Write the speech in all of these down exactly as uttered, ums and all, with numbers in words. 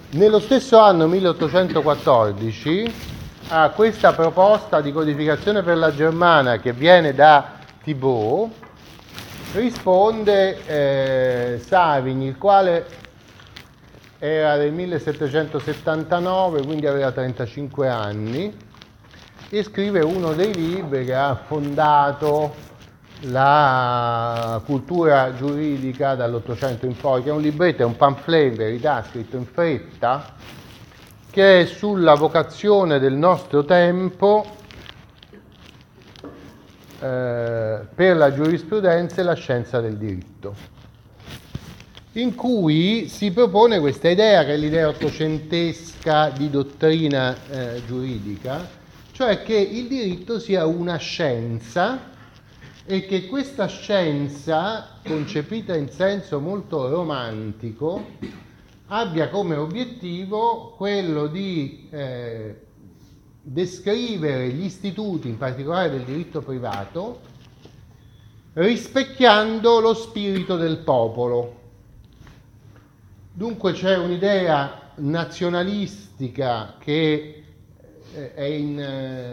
Nello stesso anno milleottocentoquattordici a questa proposta di codificazione per la Germania che viene da Thibaut risponde eh, Savigny, il quale era del millesettecentosettantanove, quindi aveva trentacinque anni, e scrive uno dei libri che ha fondato la cultura giuridica dall'Ottocento in poi, che è un libretto, è un pamphlet in verità scritto in fretta, che è sulla vocazione del nostro tempo eh, per la giurisprudenza e la scienza del diritto, in cui si propone questa idea, che è l'idea ottocentesca di dottrina eh, giuridica, cioè che il diritto sia una scienza e che questa scienza, concepita in senso molto romantico, abbia come obiettivo quello di eh, descrivere gli istituti, in particolare del diritto privato, rispecchiando lo spirito del popolo. Dunque c'è un'idea nazionalistica che è in,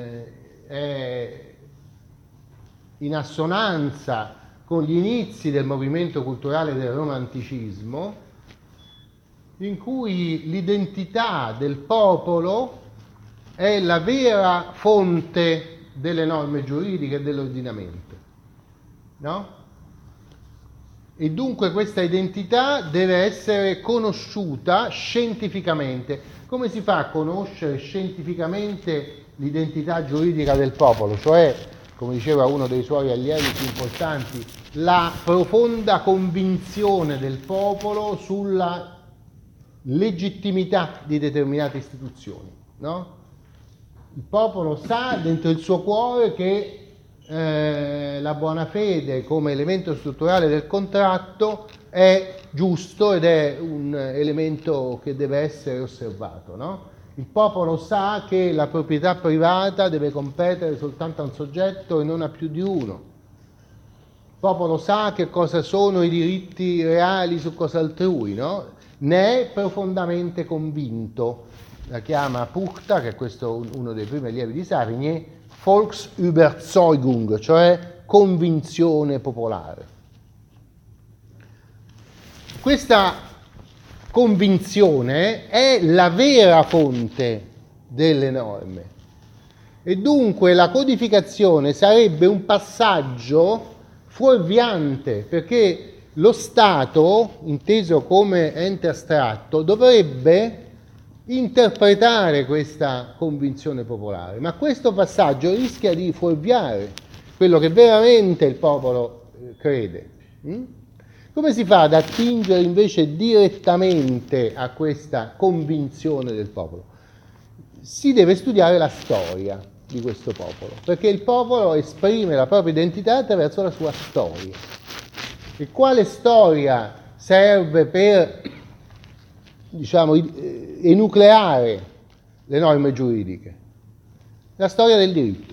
è in assonanza con gli inizi del movimento culturale del romanticismo, in cui l'identità del popolo è la vera fonte delle norme giuridiche e dell'ordinamento, no? E dunque questa identità deve essere conosciuta scientificamente. Come si fa a conoscere scientificamente l'identità giuridica del popolo? Cioè, come diceva uno dei suoi allievi più importanti, la profonda convinzione del popolo sulla legittimità di determinate istituzioni, no? Il popolo sa dentro il suo cuore che eh, la buona fede come elemento strutturale del contratto è giusto ed è un elemento che deve essere osservato, no? Il popolo sa che la proprietà privata deve competere soltanto a un soggetto e non a più di uno. Il popolo sa che cosa sono i diritti reali su cosa altrui, no? Ne è profondamente convinto. La chiama Puchta, che è questo uno dei primi allievi di Savigny, Volksüberzeugung, cioè convinzione popolare. Questa convinzione è la vera fonte delle norme e dunque la codificazione sarebbe un passaggio fuorviante, perché lo Stato, inteso come ente astratto, dovrebbe interpretare questa convinzione popolare, ma questo passaggio rischia di fuorviare quello che veramente il popolo crede. Come si fa ad attingere invece direttamente a questa convinzione del popolo? Si deve studiare la storia di questo popolo, perché il popolo esprime la propria identità attraverso la sua storia. E quale storia serve per, diciamo, enucleare le norme giuridiche? La storia del diritto.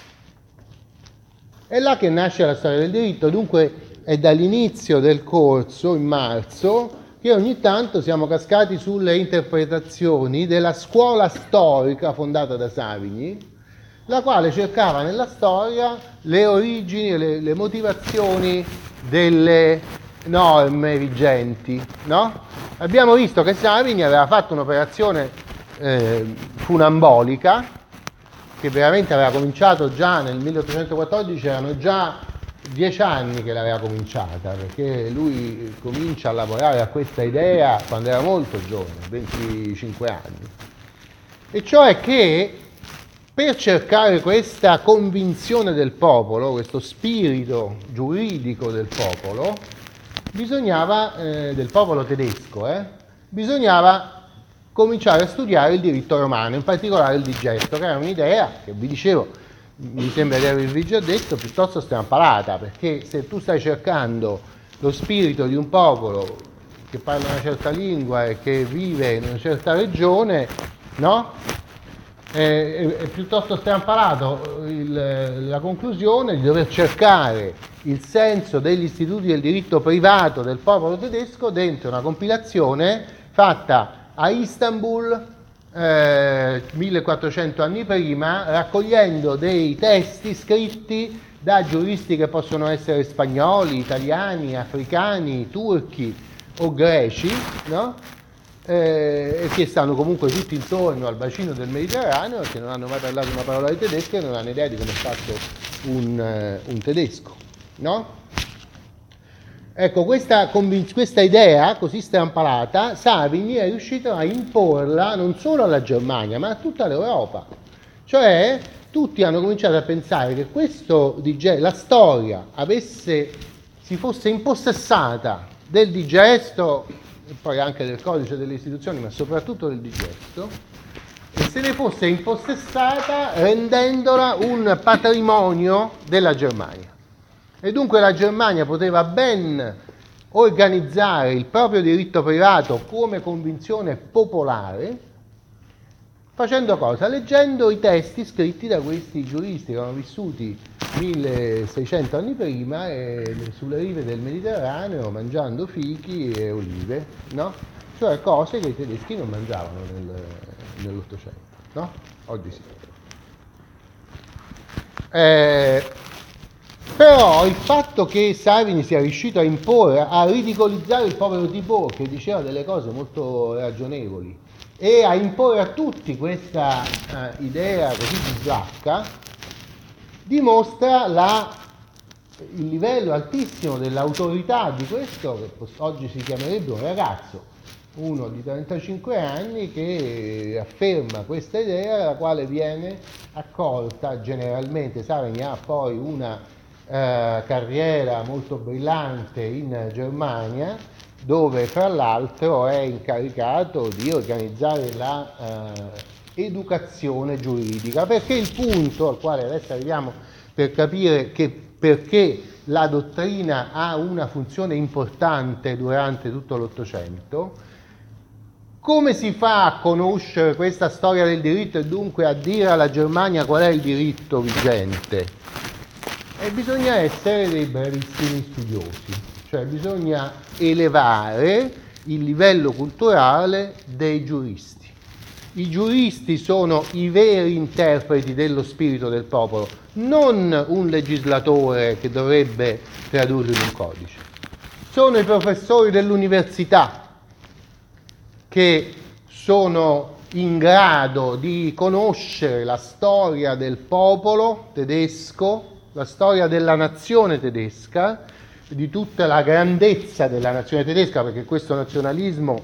È là che nasce la storia del diritto, dunque è dall'inizio del corso, in marzo, che ogni tanto siamo cascati sulle interpretazioni della scuola storica fondata da Savigny, la quale cercava nella storia le origini, le, le motivazioni delle norme vigenti, no? Abbiamo visto che Savigny aveva fatto un'operazione eh, funambolica, che veramente aveva cominciato già nel milleottocentoquattordici, erano già dieci anni che l'aveva cominciata, perché lui comincia a lavorare a questa idea quando era molto giovane, venticinque anni, e cioè che per cercare questa convinzione del popolo, questo spirito giuridico del popolo, bisognava, eh, del popolo tedesco, eh, bisognava cominciare a studiare il diritto romano, in particolare il digesto, che era un'idea che vi dicevo, mi sembra di avervi già detto, piuttosto strampalata, perché se tu stai cercando lo spirito di un popolo che parla una certa lingua e che vive in una certa regione, no? È, è piuttosto strampalato il, la conclusione di dover cercare il senso degli istituti del diritto privato del popolo tedesco dentro una compilazione fatta a Istanbul eh, millequattrocento anni prima, raccogliendo dei testi scritti da giuristi che possono essere spagnoli, italiani, africani, turchi o greci, no? Eh, che stanno comunque tutti intorno al bacino del Mediterraneo e che non hanno mai parlato una parola di tedesco e non hanno idea di come è fatto un, uh, un tedesco, no? Ecco, questa, questa idea così strampalata Savigny è riuscito a imporla non solo alla Germania ma a tutta l'Europa, cioè tutti hanno cominciato a pensare che questo la storia avesse, si fosse impossessata del digesto e poi anche del codice delle istituzioni, ma soprattutto del digesto, e se ne fosse impossessata rendendola un patrimonio della Germania. E dunque la Germania poteva ben organizzare il proprio diritto privato come convinzione popolare, facendo cosa? Leggendo i testi scritti da questi giuristi che erano vissuti milleseicento anni prima e sulle rive del Mediterraneo mangiando fichi e olive, no? Cioè cose che i tedeschi non mangiavano nel, nell'Ottocento, no? Oggi sì. Eh, però il fatto che Savigny sia riuscito a imporre, a ridicolizzare il povero Thibaut, che diceva delle cose molto ragionevoli, e a imporre a tutti questa uh, idea così bislacca, dimostra la, il livello altissimo dell'autorità di questo, che oggi si chiamerebbe un ragazzo, uno di trentacinque anni, che afferma questa idea, la quale viene accolta generalmente. Savigny ha poi una eh, carriera molto brillante in Germania, dove fra l'altro è incaricato di organizzare la eh, educazione giuridica, perché il punto al quale adesso arriviamo per capire che perché la dottrina ha una funzione importante durante tutto l'Ottocento, come si fa a conoscere questa storia del diritto e dunque a dire alla Germania qual è il diritto vigente? E bisogna essere dei bravissimi studiosi, cioè bisogna elevare il livello culturale dei giuristi. I giuristi sono i veri interpreti dello spirito del popolo, non un legislatore che dovrebbe tradurlo in un codice. Sono i professori dell'università che sono in grado di conoscere la storia del popolo tedesco, la storia della nazione tedesca, di tutta la grandezza della nazione tedesca, perché questo nazionalismo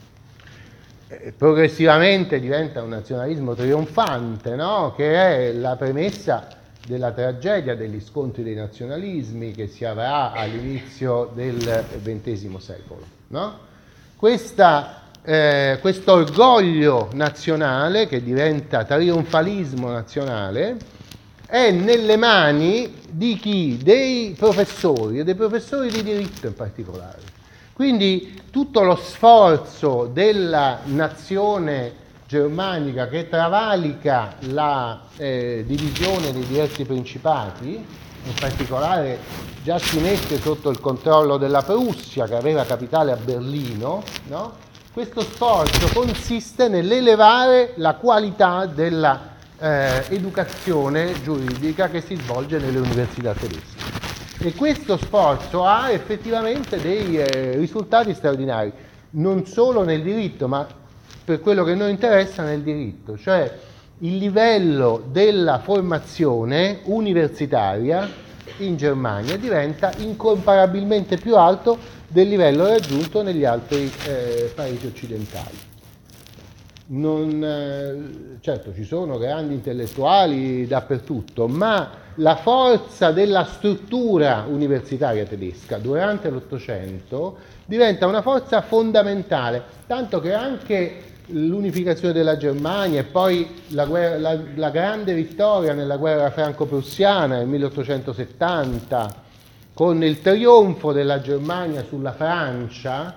eh, progressivamente diventa un nazionalismo trionfante, no? Che è la premessa della tragedia degli scontri dei nazionalismi che si avrà all'inizio del ventesimo secolo, no? Questa Eh, questo orgoglio nazionale, che diventa trionfalismo nazionale, è nelle mani di chi? Dei professori, e dei professori di diritto in particolare. Quindi tutto lo sforzo della nazione germanica che travalica la eh, divisione dei diversi principati, in particolare già si mette sotto il controllo della Prussia, che aveva capitale a Berlino, no? Questo sforzo consiste nell'elevare la qualità della eh, educazione giuridica che si svolge nelle università tedesche. E questo sforzo ha effettivamente dei eh, risultati straordinari, non solo nel diritto, ma per quello che noi interessa nel diritto, cioè il livello della formazione universitaria in Germania diventa incomparabilmente più alto del livello raggiunto negli altri eh, paesi occidentali. Non, eh, certo, ci sono grandi intellettuali dappertutto, ma la forza della struttura universitaria tedesca durante l'Ottocento diventa una forza fondamentale, tanto che anche l'unificazione della Germania e poi la, guerra, la, la grande vittoria nella guerra franco-prussiana nel milleottocentosettanta, con il trionfo della Germania sulla Francia,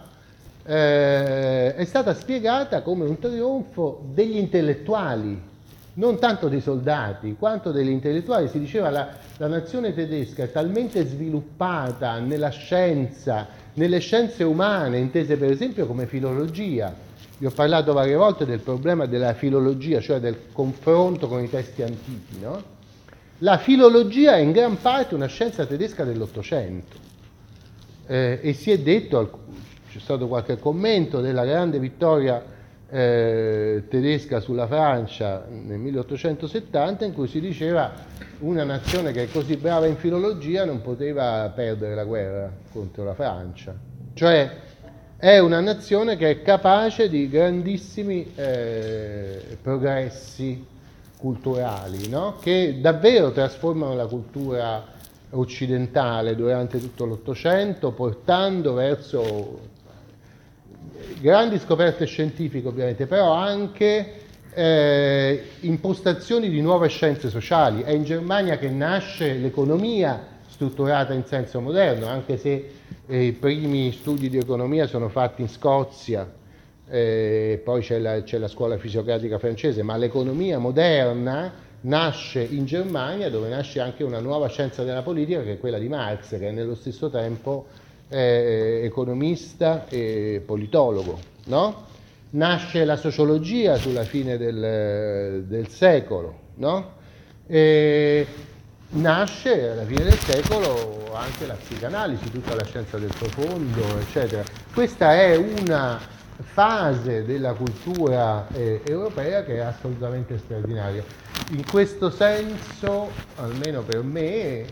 eh, è stata spiegata come un trionfo degli intellettuali, non tanto dei soldati, quanto degli intellettuali. Si diceva la, la nazione tedesca è talmente sviluppata nella scienza, nelle scienze umane, intese per esempio come filologia, vi ho parlato varie volte del problema della filologia, cioè del confronto con i testi antichi, no? La filologia è in gran parte una scienza tedesca dell'Ottocento eh, e si è detto, c'è stato qualche commento della grande vittoria eh, tedesca sulla Francia nel milleottocentosettanta, in cui si diceva una nazione che è così brava in filologia non poteva perdere la guerra contro la Francia, cioè è una nazione che è capace di grandissimi eh, progressi culturali, no? Che davvero trasformano la cultura occidentale durante tutto l'Ottocento, portando verso grandi scoperte scientifiche ovviamente, però anche eh, impostazioni di nuove scienze sociali. È in Germania che nasce l'economia strutturata in senso moderno, anche se eh, i primi studi di economia sono fatti in Scozia, eh, poi c'è la, c'è la scuola fisiocratica francese, ma l'economia moderna nasce in Germania, dove nasce anche una nuova scienza della politica, che è quella di Marx, che è nello stesso tempo eh, economista e politologo, no? Nasce la sociologia sulla fine del, del secolo, no? E nasce alla fine del secolo anche la psicanalisi, tutta la scienza del profondo, eccetera. Questa è una fase della cultura eh, europea che è assolutamente straordinaria. In questo senso, almeno per me,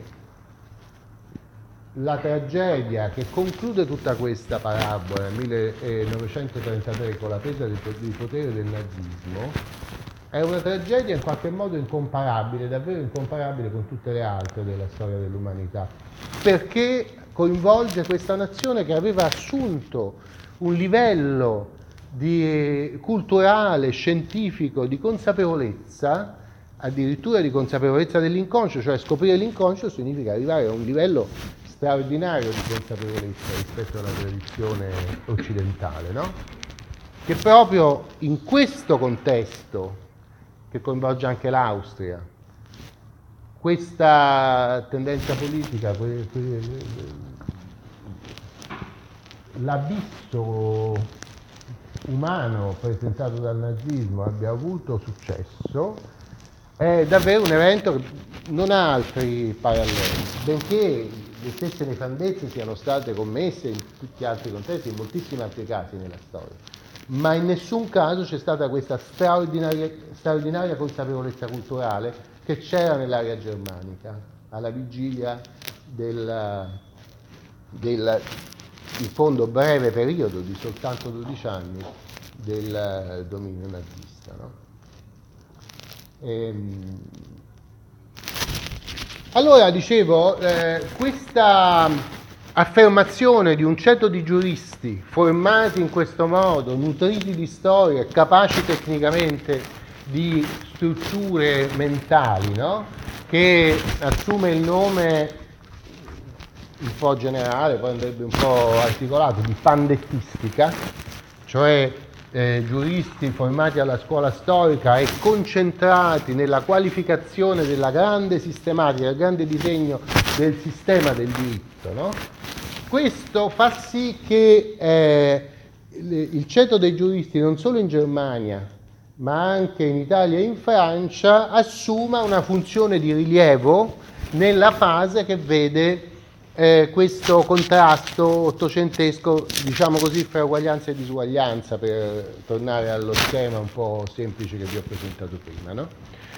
la tragedia che conclude tutta questa parabola nel millenovecentotrentatré con la presa del potere del nazismo è una tragedia in qualche modo incomparabile, davvero incomparabile con tutte le altre della storia dell'umanità, perché coinvolge questa nazione che aveva assunto un livello di, culturale, scientifico, di consapevolezza, addirittura di consapevolezza dell'inconscio, cioè scoprire l'inconscio significa arrivare a un livello straordinario di consapevolezza rispetto alla tradizione occidentale, no? Che proprio in questo contesto, che coinvolge anche l'Austria, questa tendenza politica, que, que, l'abisso umano presentato dal nazismo abbia avuto successo, è davvero un evento che non ha altri paralleli, benché le stesse nefandezze siano state commesse in tutti gli altri contesti, in moltissimi altri casi nella storia, ma in nessun caso c'è stata questa straordinaria, straordinaria consapevolezza culturale che c'era nell'area germanica alla vigilia del, del in fondo breve periodo di soltanto dodici anni del dominio nazista, no? Ehm, allora dicevo, eh, questa affermazione di un ceto di giuristi formati in questo modo, nutriti di storia, capaci tecnicamente di strutture mentali, no? Che assume il nome un po' generale, poi andrebbe un po' articolato, di pandettistica, cioè eh, giuristi formati alla scuola storica e concentrati nella qualificazione della grande sistematica, del grande disegno del sistema del diritto, no? Questo fa sì che eh, il ceto dei giuristi, non solo in Germania, ma anche in Italia e in Francia, assuma una funzione di rilievo nella fase che vede Eh, questo contrasto ottocentesco, diciamo così, fra uguaglianza e disuguaglianza, per tornare allo schema un po' semplice che vi ho presentato prima, no?